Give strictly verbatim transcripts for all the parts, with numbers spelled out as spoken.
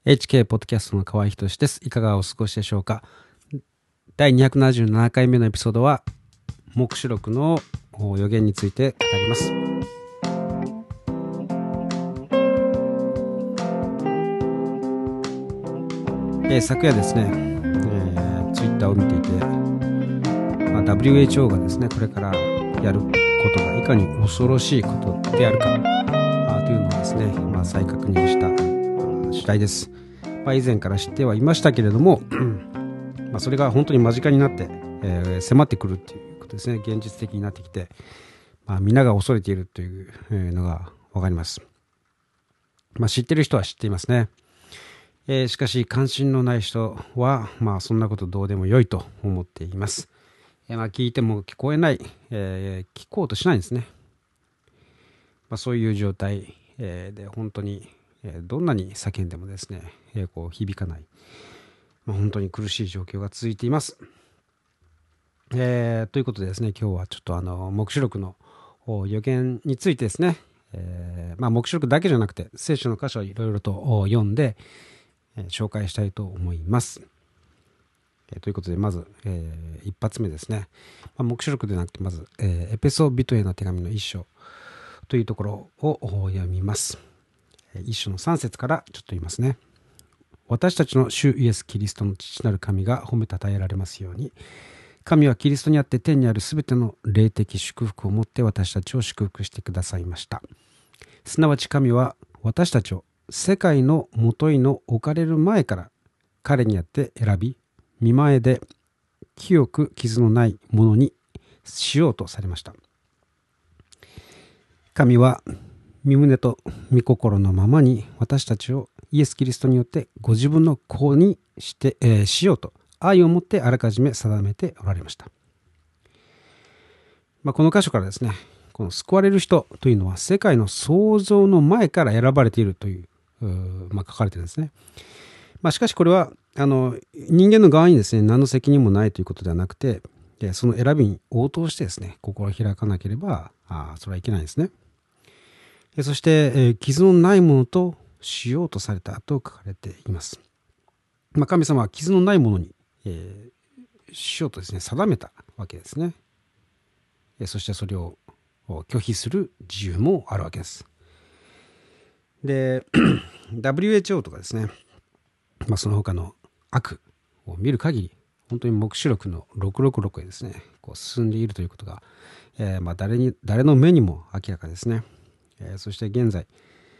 エイチケー ポッドキャストの河合仁です。いかがお過ごしでしょうか。だいにひゃくななじゅうななかいめのエピソードは、黙示録の予言について語ります。えー、昨夜ですね、えー、ツイッターを見ていて、まあ、ダブリューエイチオー がですね、これからやることがいかに恐ろしいことであるかあというのをですね、まあ、再確認した次第です。まあ、以前から知ってはいましたけれども、まあそれが本当に間近になって、えー、迫ってくるということですね。現実的になってきて、まあ、皆が恐れているというのがわかります。まあ、知っている人は知っていますね。えー、しかし関心のない人は、まあ、そんなことどうでもよいと思っています。えー、まあ聞いても聞こえない、えー、聞こうとしないんですね。まあ、そういう状態、えー、で本当にどんなに叫んでもですね、えー、こう響かない、まあ、本当に苦しい状況が続いています。えー、ということでですね、今日はちょっとあの黙示録の予言についてですね、えーまあ、黙示録だけじゃなくて聖書の箇所をいろいろと読んで、えー、紹介したいと思います。えー、ということでまず、えー、一発目ですね、まあ、黙示録でなくてまず、えー、エペソビトへの手紙の一章というところを読みます。一章のさん節からちょっと言いますね。私たちの主イエス・キリストの父なる神が褒めたたえられますように、神はキリストにあって天にあるすべての霊的祝福をもって私たちを祝福してくださいました。すなわち神は私たちを世界のもといの置かれる前から彼にあって選び、見前で清く傷のないものにしようとされました。神は身胸と御心のままに私たちをイエス・キリストによってご自分の子にして、えー、しようと愛をもってあらかじめ定めておられました。まあ、この箇所からですね、この救われる人というのは世界の創造の前から選ばれているという、うまあ、書かれているんですね。まあ、しかしこれはあの人間の側にですね何の責任もないということではなくて、その選びに応答してですね心を開かなければあそれはいけないんですね。そして、えー、傷のないものとしようとされたと書かれています。まあ、神様は傷のないものに、えー、しようとですね定めたわけですね。そしてそれを拒否する自由もあるわけです。で、ダブリューエイチオー とかですね、まあ、その他の悪を見る限り、本当に黙示録のろくろくろくへですね、こう進んでいるということが、えー、まあ誰に誰の目にも明らかですね。えー、そして現在、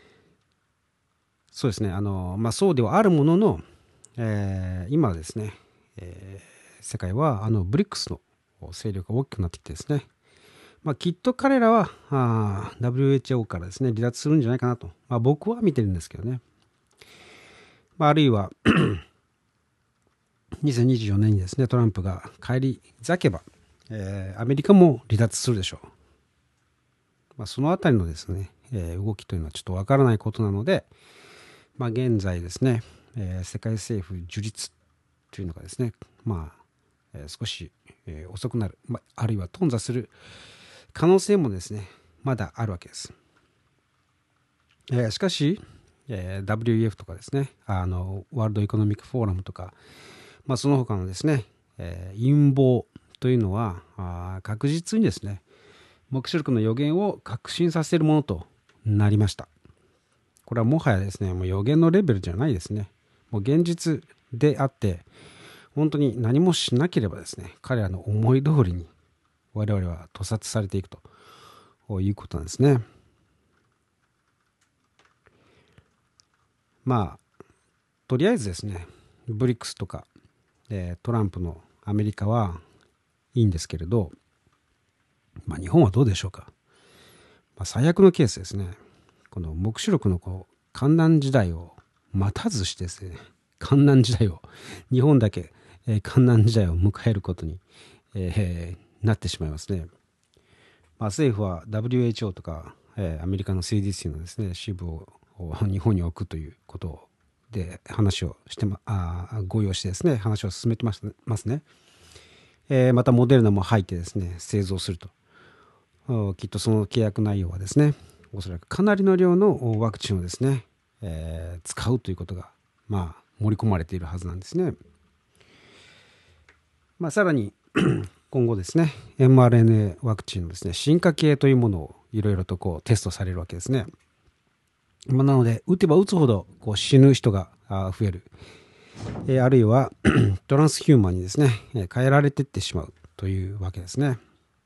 そうですね、あのまあ、そうではあるものの、えー、今はですね、えー、世界はあのブリックスの勢力が大きくなってきてですね、まあ、きっと彼らはあ ダブリューエイチオー からですね離脱するんじゃないかなと、まあ、僕は見てるんですけどね、まあ、あるいはにせんにじゅうよねんにですねトランプが返り咲けば、えー、アメリカも離脱するでしょう。まあ、そのあたりのですね、えー、動きというのはちょっとわからないことなので、まあ、現在ですね、えー、世界政府樹立というのがですね、まあ、えー、少し、えー、遅くなる、まあ、あるいは頓挫する可能性もですね、まだあるわけです。えー、しかし、えー、ダブリューイーエフ とかですね、あのワールドエコノミックフォーラムとか、まあ、その他のですね、えー、陰謀というのはあ確実にですね、黙示録の予言を確信させるものとなりました。これはもはやですね、もう予言のレベルじゃないですね。もう現実であって、本当に何もしなければですね、彼らの思い通りに我々は屠殺されていくということなんですね。まあ、とりあえずですね、ブリックスとか、えー、トランプのアメリカはいいんですけれど、まあ、日本はどうでしょうか。まあ、最悪のケースですね、この黙示録のこう観難時代を待たずしてですね、観難時代を、日本だけ、えー、観難時代を迎えることに、えー、なってしまいますね。まあ、政府は ダブリューエイチオー とか、えー、アメリカの シーディーシー のですね、支部を日本に置くということで話をして、ま、あ合意をしてですね、話を進めてますますね。えー、またモデルナも入ってですね、製造すると。きっとその契約内容はですね、おそらくかなりの量のワクチンをですね、えー、使うということが、 まあ、盛り込まれているはずなんですね。まあ、さらに今後ですね、エムアールエヌエー ワクチンのですね、進化系というものをいろいろとこうテストされるわけですね。まあ、なので、打てば打つほどこう死ぬ人が増える。えー、あるいはトランスヒューマンにですね、えー変えられていってしまうというわけですね。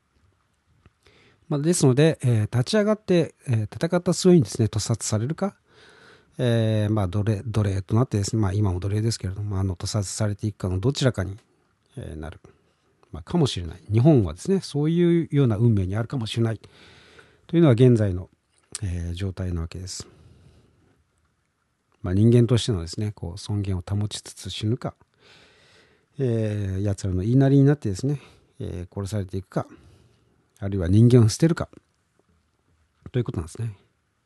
まあ、ですので、えー立ち上がって、えー戦った末にですね、屠殺されるか、えーまあ奴隷、奴隷となってですね、まあ今も奴隷ですけれども、あの屠殺されていくかのどちらかに、えーなる、まあ、かもしれない。日本はですね、そういうような運命にあるかもしれないというのは現在の、えー状態なわけです。まあ、人間としてのですね、こう尊厳を保ちつつ死ぬか、えー、奴らの言いなりになってですね、えー殺されていくか、あるいは人間を捨てるかということなんですね。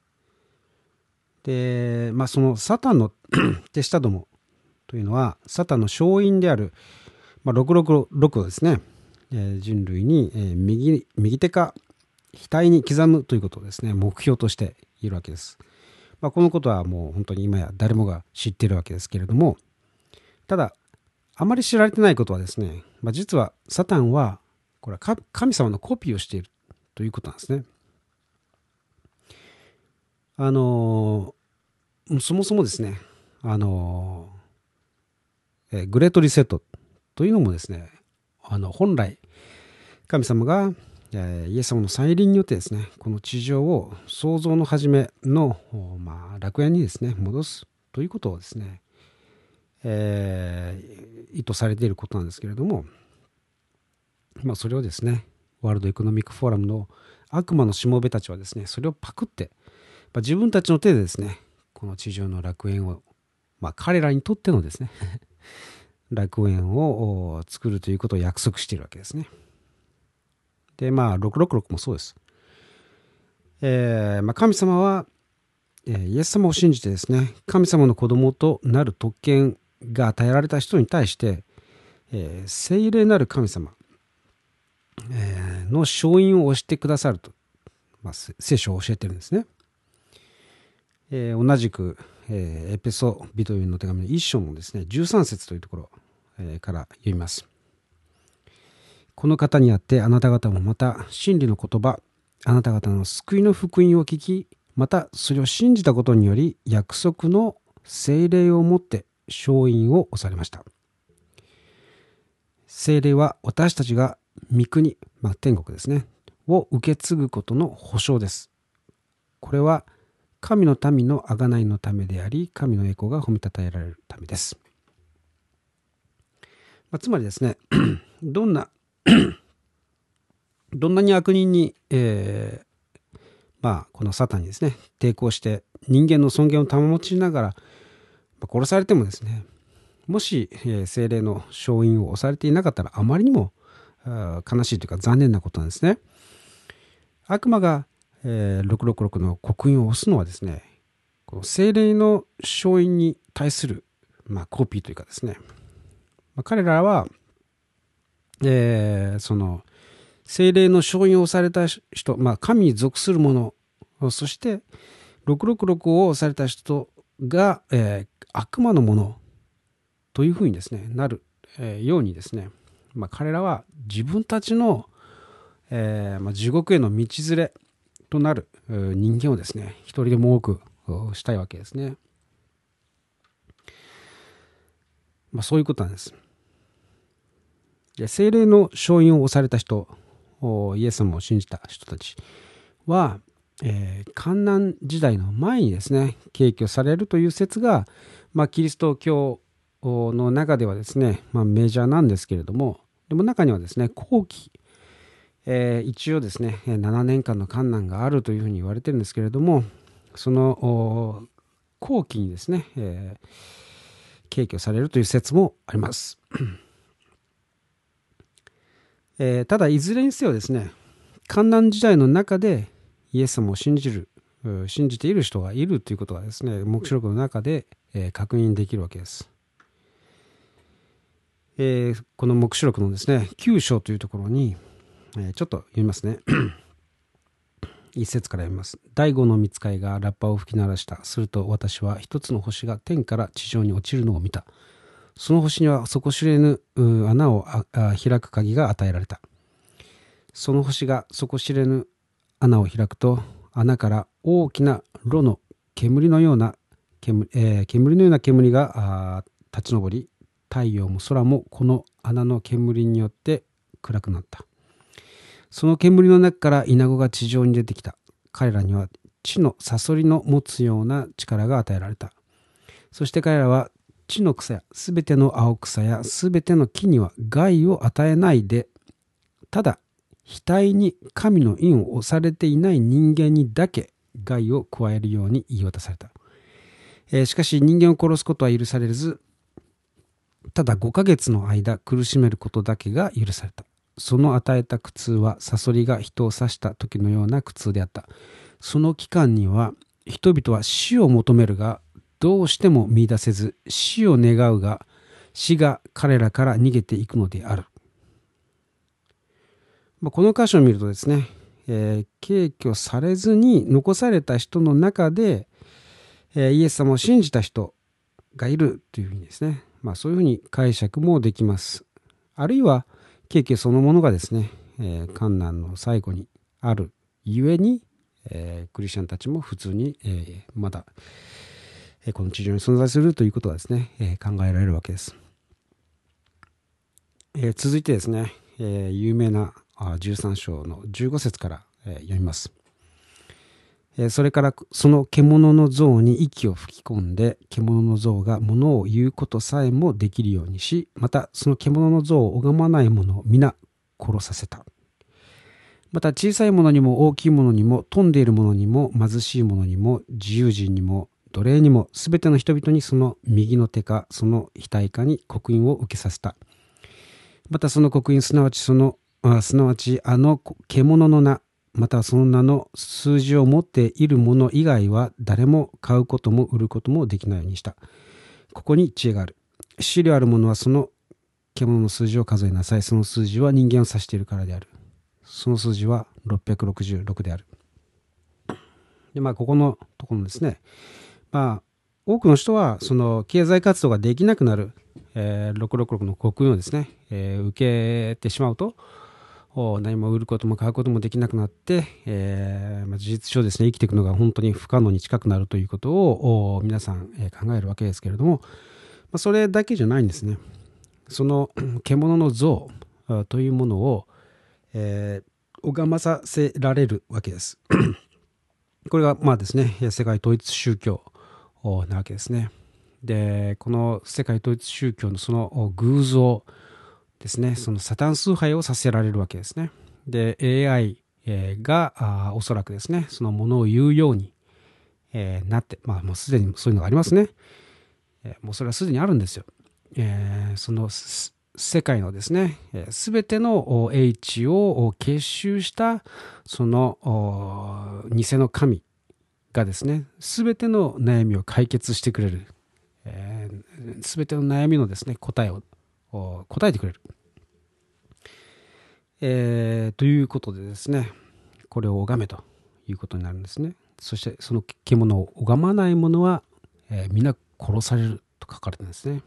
で、まあ、そのサタンの手下どもというのは、サタンの勝因である、まあ、ろくろくろくをですね、えー人類に、えー右右手か額に刻むということをですね、目標としているわけです。まあ、このことはもう本当に今や誰もが知っているわけですけれども、ただ、あまり知られてないことはですね、まあ、実はサタンは、これは神様のコピーをしているということなんですね。あのーそもそもですね、あのーえーグレートリセットというのもですね、あの本来、神様が、えーイエス様の再臨によってですね、この地上を創造の初めの、まあ、楽園にですね、戻すということをですね、えー意図されていることなんですけれども、まあ、それをですね、ワールドエコノミックフォーラムの悪魔のしもべたちはですね、それをパクって、まあ、自分たちの手でですね、この地上の楽園を、まあ、彼らにとってのですね、楽園を作るということを約束しているわけですね。で、まあ、ろくろくろくもそうです。えーまあ、神様は、えーイエス様を信じてですね、神様の子供となる特権が与えられた人に対して、えー聖霊なる神様、えーの勝因を押してくださると、まあ、聖書を教えてるんですね。えー同じく、えーエペソビトへの手紙の一章のですね、じゅうさん節というところ、えーから読みます。この方にあってあなた方もまた真理の言葉、あなた方の救いの福音を聞き、またそれを信じたことにより約束の聖霊をもって勝因を押されました。聖霊は私たちが御国、まあ、天国ですね、を受け継ぐことの保証です。これは神の民の贖いのためであり、神の栄光が褒めたたえられるためです。まあ、つまりですね、どんなどんなに悪人に、えーまあ、このサタンにですね、抵抗して人間の尊厳を保ちながら、まあ、殺されてもですね、もし、えー聖霊の勝因を押されていなかったら、あまりにもあ悲しいというか残念なことなんですね。悪魔が、えー、ろくろくろくの刻印を押すのはですね、この聖霊の勝因に対する、まあ、コピーというかですね、まあ、彼らは、えーその聖霊の勝因を押された人、まあ、神に属する者、そしてろくろくろくを押された人が、えー悪魔のものというふうにですね、なる、えーようにですね、まあ、彼らは自分たちの、えーまあ、地獄への道連れとなるえー人間をですね、一人でも多くおしたいわけですね。まあ、そういうことなんです。で、聖霊の勝因を押された人、おイエス様を信じた人たちは、えー、観難時代の前にですね、敬挙されるという説が、まあ、キリスト教の中ではですね、まあ、メジャーなんですけれども、でも中にはですね、後期、えー一応ですね、ななねんかんの観難があるというふうに言われてるんですけれども、そのお後期にですね、えー敬挙されるという説もあります。えーただ、いずれにせよですね、観難時代の中でイエス様を信じる、う信じている人がいるということがですね、黙示録の中で、えー確認できるわけです。えーこの黙示録のですね、きゅう章というところに、えーちょっと読みますね。 一節から読みます。第五の御使いがラッパを吹き鳴らした。すると私は一つの星が天から地上に落ちるのを見た。その星には底知れぬ穴を開く鍵が与えられた。その星が底知れぬ穴を開くと、穴から大きな炉の煙のような煙、えー、煙のような煙が立ち上り、太陽も空もこの穴の煙によって暗くなった。その煙の中からイナゴが地上に出てきた。彼らには地のサソリの持つような力が与えられた。そして彼らは地の草やすべての青草やすべての木には害を与えないで、ただ額に神の印を押されていない人間にだけ害を加えるように言い渡された。えー、しかし人間を殺すことは許されず、ただごかげつの間苦しめることだけが許された。その与えた苦痛はサソリが人を刺した時のような苦痛であった。その期間には人々は死を求めるがどうしても見出せず、死を願うが死が彼らから逃げていくのである。この箇所を見るとですね、えー、敬虚されずに残された人の中で、えー、イエス様を信じた人がいるというふうにですね、まあ、そういうふうに解釈もできます。あるいは敬虚そのものがですね、えー、患難の最後にあるゆえに、えー、クリスチャンたちも普通に、えー、まだ、えー、この地上に存在するということがですね、えー、考えられるわけです。えー、続いてですね、えー、有名なじゅうさん章のじゅうご節から、えー、読みます。えー、それからその獣の像に息を吹き込んで、獣の像が物を言うことさえもできるようにし、またその獣の像を拝まない者を皆殺させた。また小さいものにも大きいものにも、富んでいるものにも貧しいものにも、自由人にも奴隷にも、すべての人々にその右の手かその額かに刻印を受けさせた。またその刻印、すなわちそのあすなわちあの獣の名、またその名の数字を持っているもの以外は誰も買うことも売ることもできないようにした。ここに知恵がある。資料あるものはその獣の数字を数えなさい。その数字は人間を指しているからである。その数字はろっぴゃくろくじゅうろくである。で、まあ、ここのところですね。まあ、多くの人は、その経済活動ができなくなる、えー、ろくろくろくの刻印をですね、えー、受けてしまうと、何も売ることも買うこともできなくなって、えーまあ、事実上ですね、生きていくのが本当に不可能に近くなるということを皆さん、えー、考えるわけですけれども、まあ、それだけじゃないんですね。その獣の像というものを、えー、拝まさせられるわけです。これがまあですね、世界統一宗教なわけですね。で、この世界統一宗教のその偶像ですね、そのサタン崇拝をさせられるわけですね。で、エーアイ があおそらくですね、そのものを言うように、えー、なって、まあもうすでにそういうのがありますね。えー、もうそれはすでにあるんですよ。えー、その世界のですね、すべての英知を結集したその偽の神がですね、すべての悩みを解決してくれる、すべ、えー、ての悩みのですね、答えを答えてくれる、えー、ということでですね、これを拝めということになるんですね。そしてその獣を拝まない者は、えー、皆殺されると書かれてるんですね。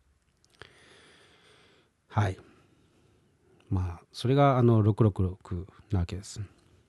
はい。まあ、それがあのろくろくろくなわけです。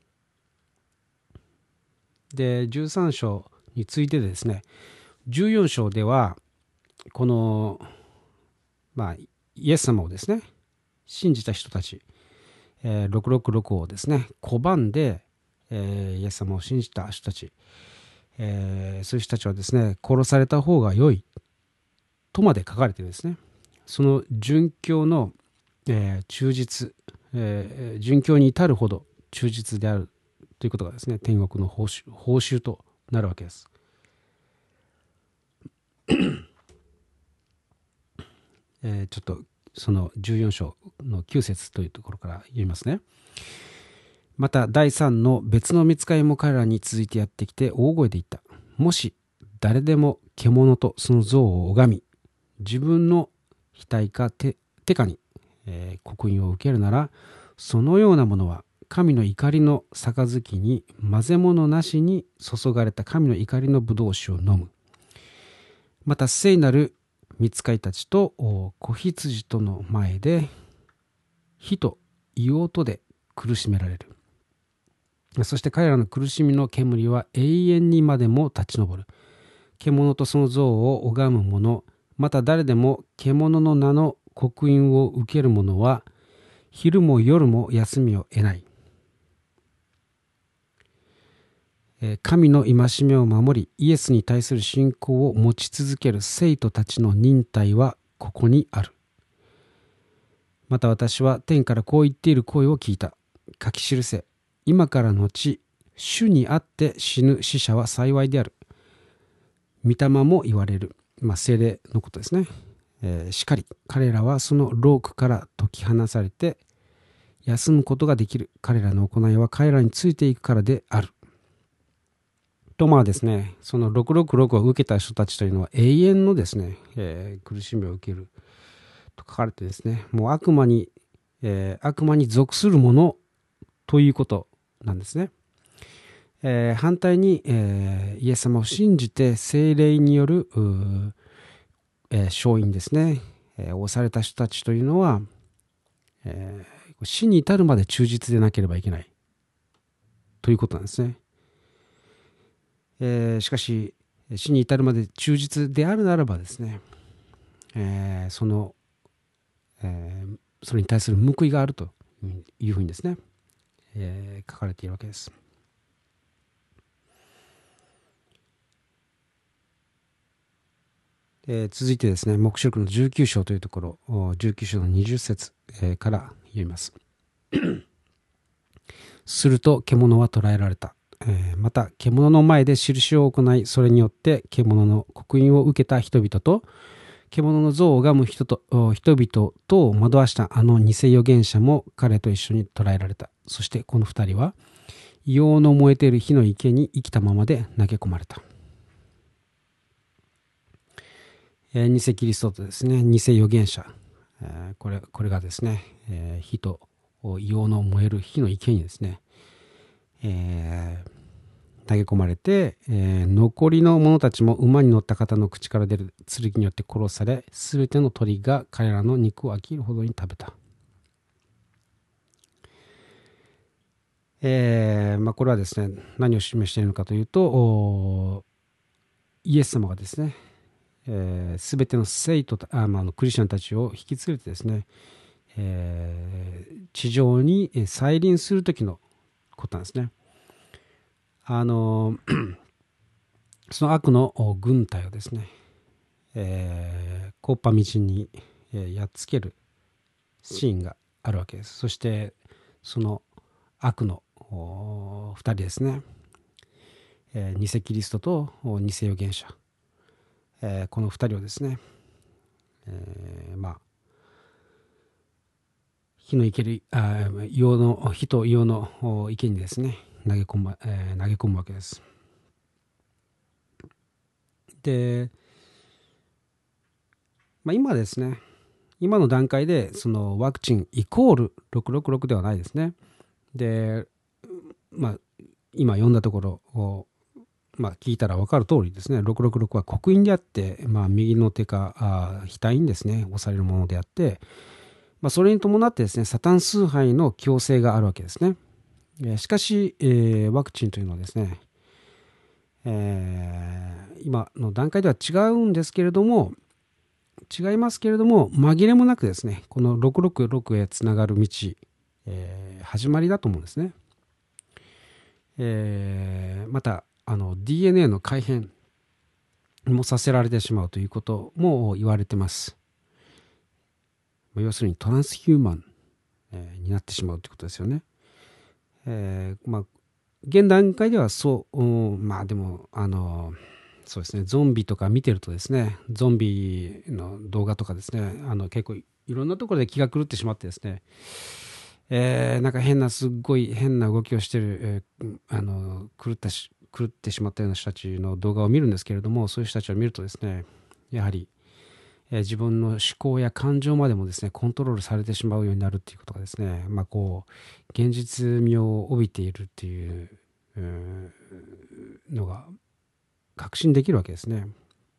で、じゅうさん章についてですね、じゅうよん章では、この、まあ、イエス様をですね、信じた人たち、えー、ろくろくろくをですね、拒んで、えー、イエス様を信じた人たち、えー、そういう人たちはですね、殺された方が良いとまで書かれているんですね。その殉教の、えー、忠実、えー、殉教に至るほど忠実であるということがですね、天国の報酬、報酬となるわけです。えー、ちょっとそのじゅうよん章のきゅう節というところから読みますね。また第三の別の御使いも彼らに続いてやってきて大声で言った。もし誰でも獣とその像を拝み、自分の額か 手, 手かに、えー、刻印を受けるなら、そのようなものは神の怒りの杯に混ぜ物なしに注がれた神の怒りの葡萄酒を飲む。また聖なる御使いたちと子羊との前で火と硫黄とで苦しめられる。そして彼らの苦しみの煙は永遠にまでも立ち上る。獣とその像を拝む者、また誰でも獣の名の刻印を受ける者は昼も夜も休みを得ない。神の戒めを守り、イエスに対する信仰を持ち続ける生徒たちの忍耐はここにある。また私は天からこう言っている声を聞いた。書き記せ。今からのち、主にあって死ぬ死者は幸いである。御霊も言われる。まあ、聖霊のことですね。えー、しかり、彼らはその労苦から解き放されて、休むことができる。彼らの行いは彼らについていくからである。とまあですね、そのろくろくろくを受けた人たちというのは永遠のですね、えー、苦しみを受けると書かれてですね、もう悪魔に、えー、悪魔に属するものということなんですね。えー、反対に、えー、イエス様を信じて聖霊による、えー、勝因ですね、えー、をされた人たちというのは、えー、死に至るまで忠実でなければいけないということなんですね。えー、しかし死に至るまで忠実であるならばですね、えー、その、えー、それに対する報いがあるというふうにですね、えー、書かれているわけです。えー、続いてですね、黙示録のじゅうきゅう章というところ、じゅうきゅう章のにじゅっ節、えー、から読みます。すると獣は捕らえられた。えー、また獣の前で印を行い、それによって獣の刻印を受けた人々と獣の像を拝む人と人々と惑わしたあの偽預言者も彼と一緒に捕らえられた。そしてこの二人は硫黄の燃えている火の池に生きたままで投げ込まれた。えー、偽キリストとですね、偽預言者、えー、これこれがですね、えー、火と硫黄の燃える火の池にですね、えー、投げ込まれて、えー、残りの者たちも馬に乗った方の口から出る剣によって殺され、すべての鳥が彼らの肉を飽きるほどに食べた。えーまあ、これはですね、何を示しているのかというと、イエス様がですね、すべ、えー、ての生徒あ、まあ、のクリスチャンたちを引き連れてですね、えー、地上に再臨する時のことなんですね。あのその悪の軍隊をですね、えー、コッパみじんにやっつけるシーンがあるわけです。そしてその悪のふたりですね、えー、偽キリストと偽預言者、えー、このふたりをですね、えー、まあ火の池に、あ硫黄の火と硫黄の池にですね投げ込む、えー、投げ込むわけです。で、まあ、今ですね、今の段階でそのワクチンイコールろくろくろくではないですね。で、まあ、今読んだところを、まあ、聞いたら分かる通りですね、ろくろくろくは刻印であって、まあ、右の手かあ額にですね押されるものであって、まあ、それに伴ってですね、サタン崇拝の強制があるわけですね。しかし、えー、ワクチンというのはですね、えー、今の段階では違うんですけれども、違いますけれども、紛れもなくですね、このろくろくろくへつながる道、えー、始まりだと思うんですね。えー、またあの ディーエヌエー の改変もさせられてしまうということも言われてます。要するにトランスヒューマン、えー、になってしまうということですよね。えー、まあ現段階ではそう、まあでもあのそうですね、ゾンビとか見てるとですね、ゾンビの動画とかですね、あの結構いろんなところで気が狂ってしまってですね、えー、なんか変なすっごい変な動きをしてる、えー、あの狂ったし狂ってしまったような人たちの動画を見るんですけれども、そういう人たちを見るとですね、やはり、 えー自分の思考や感情までもですね、コントロールされてしまうようになるっていうことがですね、まあこう、現実味を帯びているっていう、うーのが確信できるわけですね。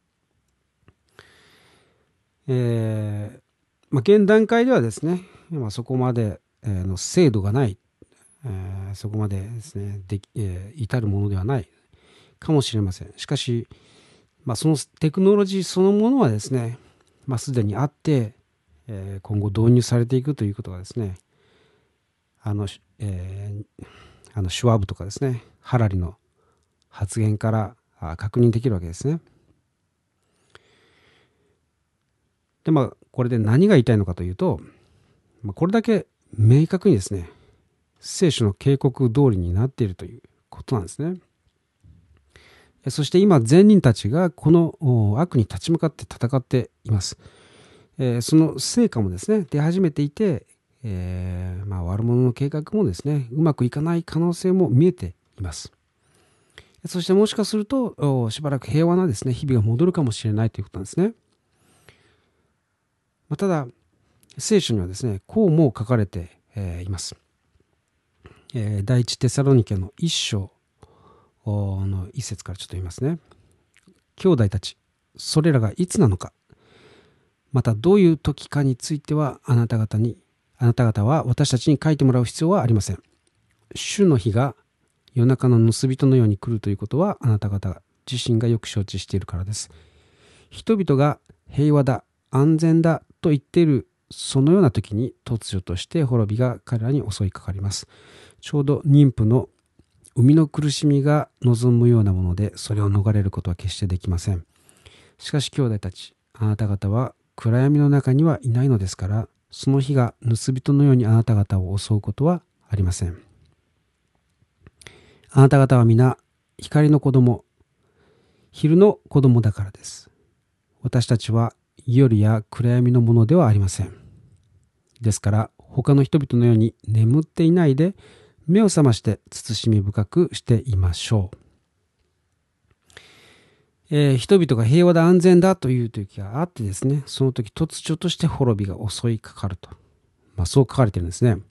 えーまあ、現段階ではですね、まあ、そこまでえーの精度がない、えーそこまでですね、でき、えー至るものではないかもしれません。しかし、まあ、そのテクノロジーそのものはですね、まあ、すでにあって、えー今後導入されていくということがですね、あの、えーあのシュワーブとかですね、ハラリの発言からあ確認できるわけですね。で、まあ、これで何が言いたいのかというと、まあ、これだけ明確にですね、聖書の警告通りになっているということなんですね。そして今、善人たちがこのお悪に立ち向かって戦っています。えーその成果もですね、出始めていて、えーまあ、悪者の計画もですね、うまくいかない可能性も見えています。そしてもしかすると、おしばらく平和なですね、日々が戻るかもしれないということなんですね。まあ、ただ、聖書にはですね、こうも書かれて、えーいます。えー第一テサロニケの一章の一節からちょっと言いますね。兄弟たち、それらがいつなのか、またどういう時かについてはあなた方に、あなた方は私たちに書いてもらう必要はありません。主の日が夜中の盗人のように来るということはあなた方自身がよく承知しているからです。人々が平和だ、安全だと言っているそのような時に突如として滅びが彼らに襲いかかります。ちょうど妊婦の生みの苦しみが望むようなもので、それを逃れることは決してできません。しかし兄弟たち、あなた方は暗闇の中にはいないのですから、その日が盗人のようにあなた方を襲うことはありません。あなた方は皆光の子供、昼の子供だからです。私たちは夜や暗闇のものではありません。ですから他の人々のように眠っていないで、目を覚まして慎み深くしていましょう。えー人々が平和だ、安全だという時があってですね、その時突如として滅びが襲いかかると、まあ、そう書かれてるんですね。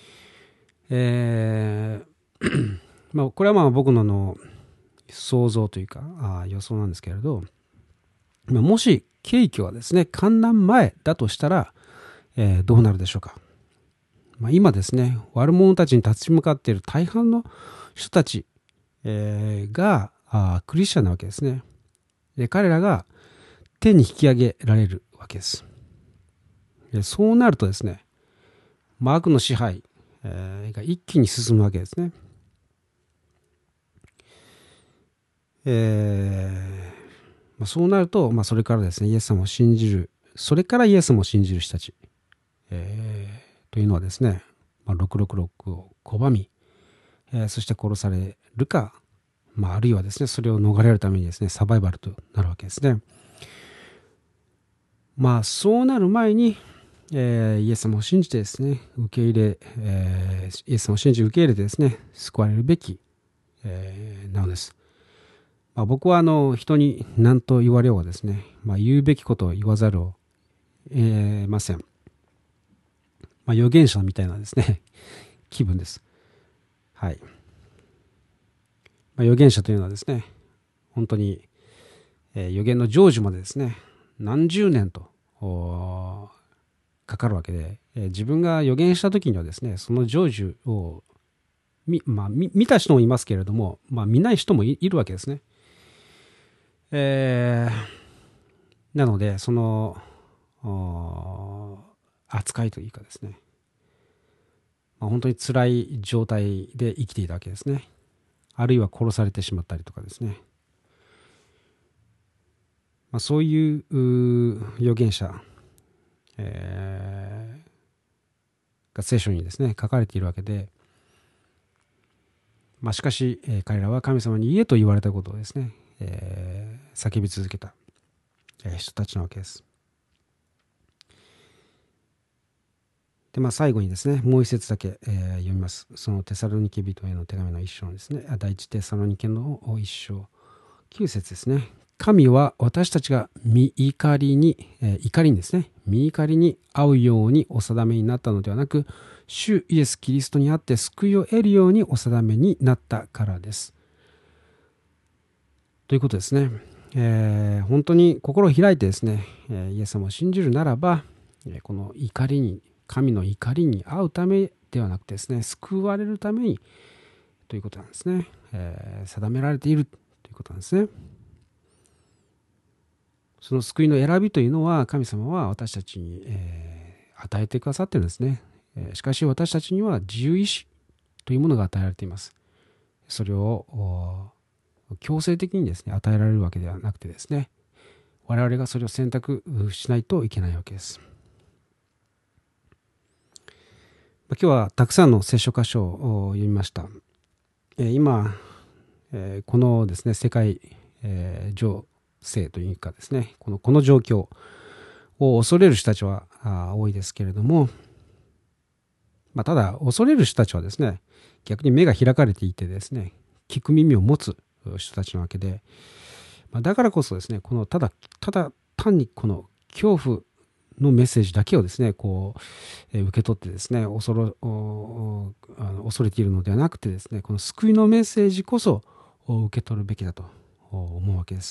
えーまあ、これはまあ僕のの想像というかあ予想なんですけれど、まあもし景気はですね観覧前だとしたら、えーどうなるでしょうか。まあ、今ですね、悪者たちに立ち向かっている大半の人たち、えーがあクリスチャンなわけですね。で、彼らが天に引き上げられるわけです。で、そうなるとですね、まあ、悪の支配、えーが一気に進むわけですね。えーまあ、そうなると、まあ、それからですね、イエス様を信じる、それからイエス様を信じる人たち、えーというのはですね、まあ、ろくろくろくを拒み、えーそして殺されるか、まあ、あるいはですね、それを逃れるためにですね、サバイバルとなるわけですね。まあ、そうなる前に、えーイエス様を信じてですね、受け入れ、えーイエス様を信じ受け入れてですね、救われるべき、えーなのです。まあ、僕はあの人に何と言われようがですね、まあ、言うべきことを言わざるを得ません。まあ、預言者みたいなですね、気分です。はい。まあ、預言者というのはですね、本当に、えー預言の成就までですね、何十年とおかかるわけで、えー自分が預言した時にはですね、その成就を見、まあ、見見た人もいますけれども、まあ、見ない人もい、いるわけですね。えーなので、そのお扱いというかですね、まあ、本当に辛い状態で生きていたわけですね。あるいは殺されてしまったりとかですね。まあ、そういうう預言者、えーが聖書にですね、書かれているわけで、まあ、しかし、えー彼らは神様に言えと言われたことをですね、えー叫び続けた、えー人たちなわけです。で、まあ、最後にですね、もう一節だけ、えー読みます。そのテサロニケ人への手紙の一章のですね、あ第一テサロニケの一章、きゅう節ですね。 神は私たちが御怒りに、えー、怒りにですね、御怒りに遭うようにお定めになったのではなく、主イエス・キリストにあって救いを得るようにお定めになったからです。ということですね。えー、本当に心を開いてですね、えー、イエス様を信じるならば、えー、この怒りに、神の怒りに遭うためではなくてですね、救われるためにということなんですね。えー、定められているということなんですね。その救いの選びというのは神様は私たちに、えー、与えてくださっているんですね。えー、しかし私たちには自由意志というものが与えられています。それを強制的にですね与えられるわけではなくてですね、我々がそれを選択しないといけないわけです。今日はたくさんの聖書箇所を読みました。今このですね世界情勢というかですね、このこの状況を恐れる人たちは多いですけれども、まあ、ただ恐れる人たちはですね、逆に目が開かれていてですね、聞く耳を持つ人たちなわけで、まあ、だからこそですね、このただただ単にこの恐怖のメッセージだけをですね、こう、えー、受け取ってですね、恐れ、あの恐れているのではなくてですね、この救いのメッセージこそ受け取るべきだと思うわけです。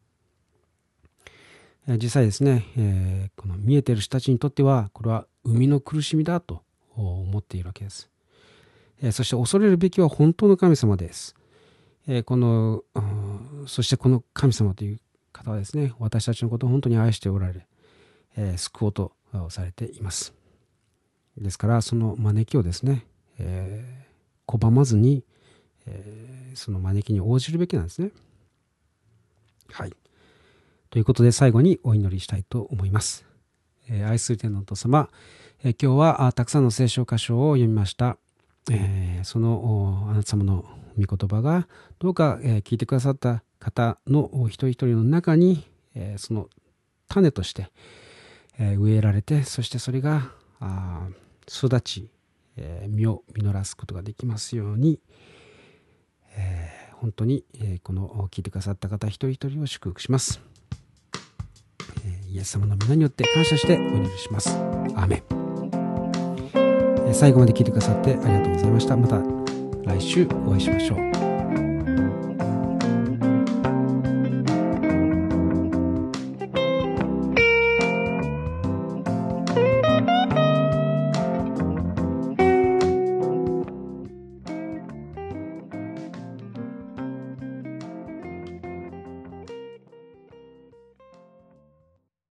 実際ですね、えー、この見えている人たちにとってはこれは生みの苦しみだと思っているわけです。えー、そして恐れるべきは本当の神様です。えー、このそしてこの神様という方はですね、私たちのことを本当に愛しておられ、えー、救おうとされています。ですからその招きをですね、えー、拒まずに、えー、その招きに応じるべきなんですね。はい。ということで最後にお祈りしたいと思います。えー、愛する天のお父様、えー、今日はたくさんの聖書箇所を読みました。えー、そのあなた様の御言葉がどうか、えー、聞いてくださった方の一人一人の中に、えー、その種として、えー、植えられて、そしてそれがあ育ち、えー、実を実らすことができますように、えー、本当に、えー、この聞いてくださった方一人一人を祝福します。イエス様の皆によって感謝してお祈りします。アーメン。最後まで聞いてくださってありがとうございました。また来週お会いしましょう。